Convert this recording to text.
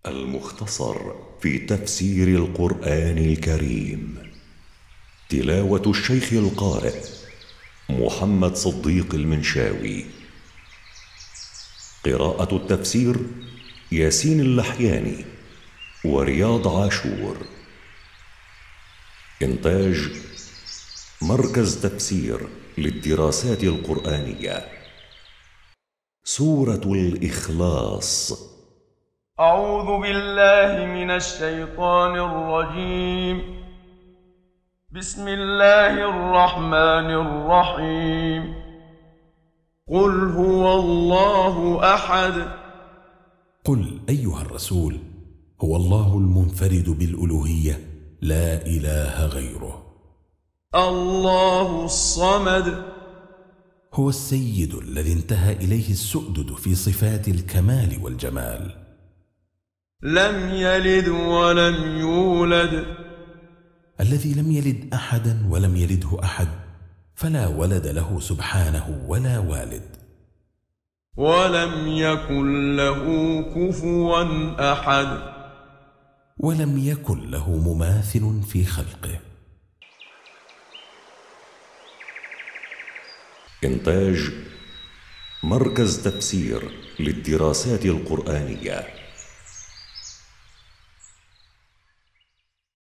المختصر في تفسير القرآن الكريم. تلاوة الشيخ القارئ محمد صديق المنشاوي. قراءة التفسير ياسين اللحياني ورياض عاشور. إنتاج مركز تفسير للدراسات القرآنية. سورة الإخلاص. أعوذ بالله من الشيطان الرجيم. بسم الله الرحمن الرحيم. قل هو الله أحد. قل أيها الرسول: هو الله المنفرد بالألوهية، لا إله غيره. الله الصمد. هو السيد الذي انتهى إليه السؤدد في صفات الكمال والجمال. لم يلد ولم يولد. الذي لم يلد أحدا ولم يلده أحد، فلا ولد له سبحانه ولا والد. ولم يكن له كفوا أحد. ولم يكن له مماثل في خلقه. إنتاج مركز تفسير للدراسات القرآنية.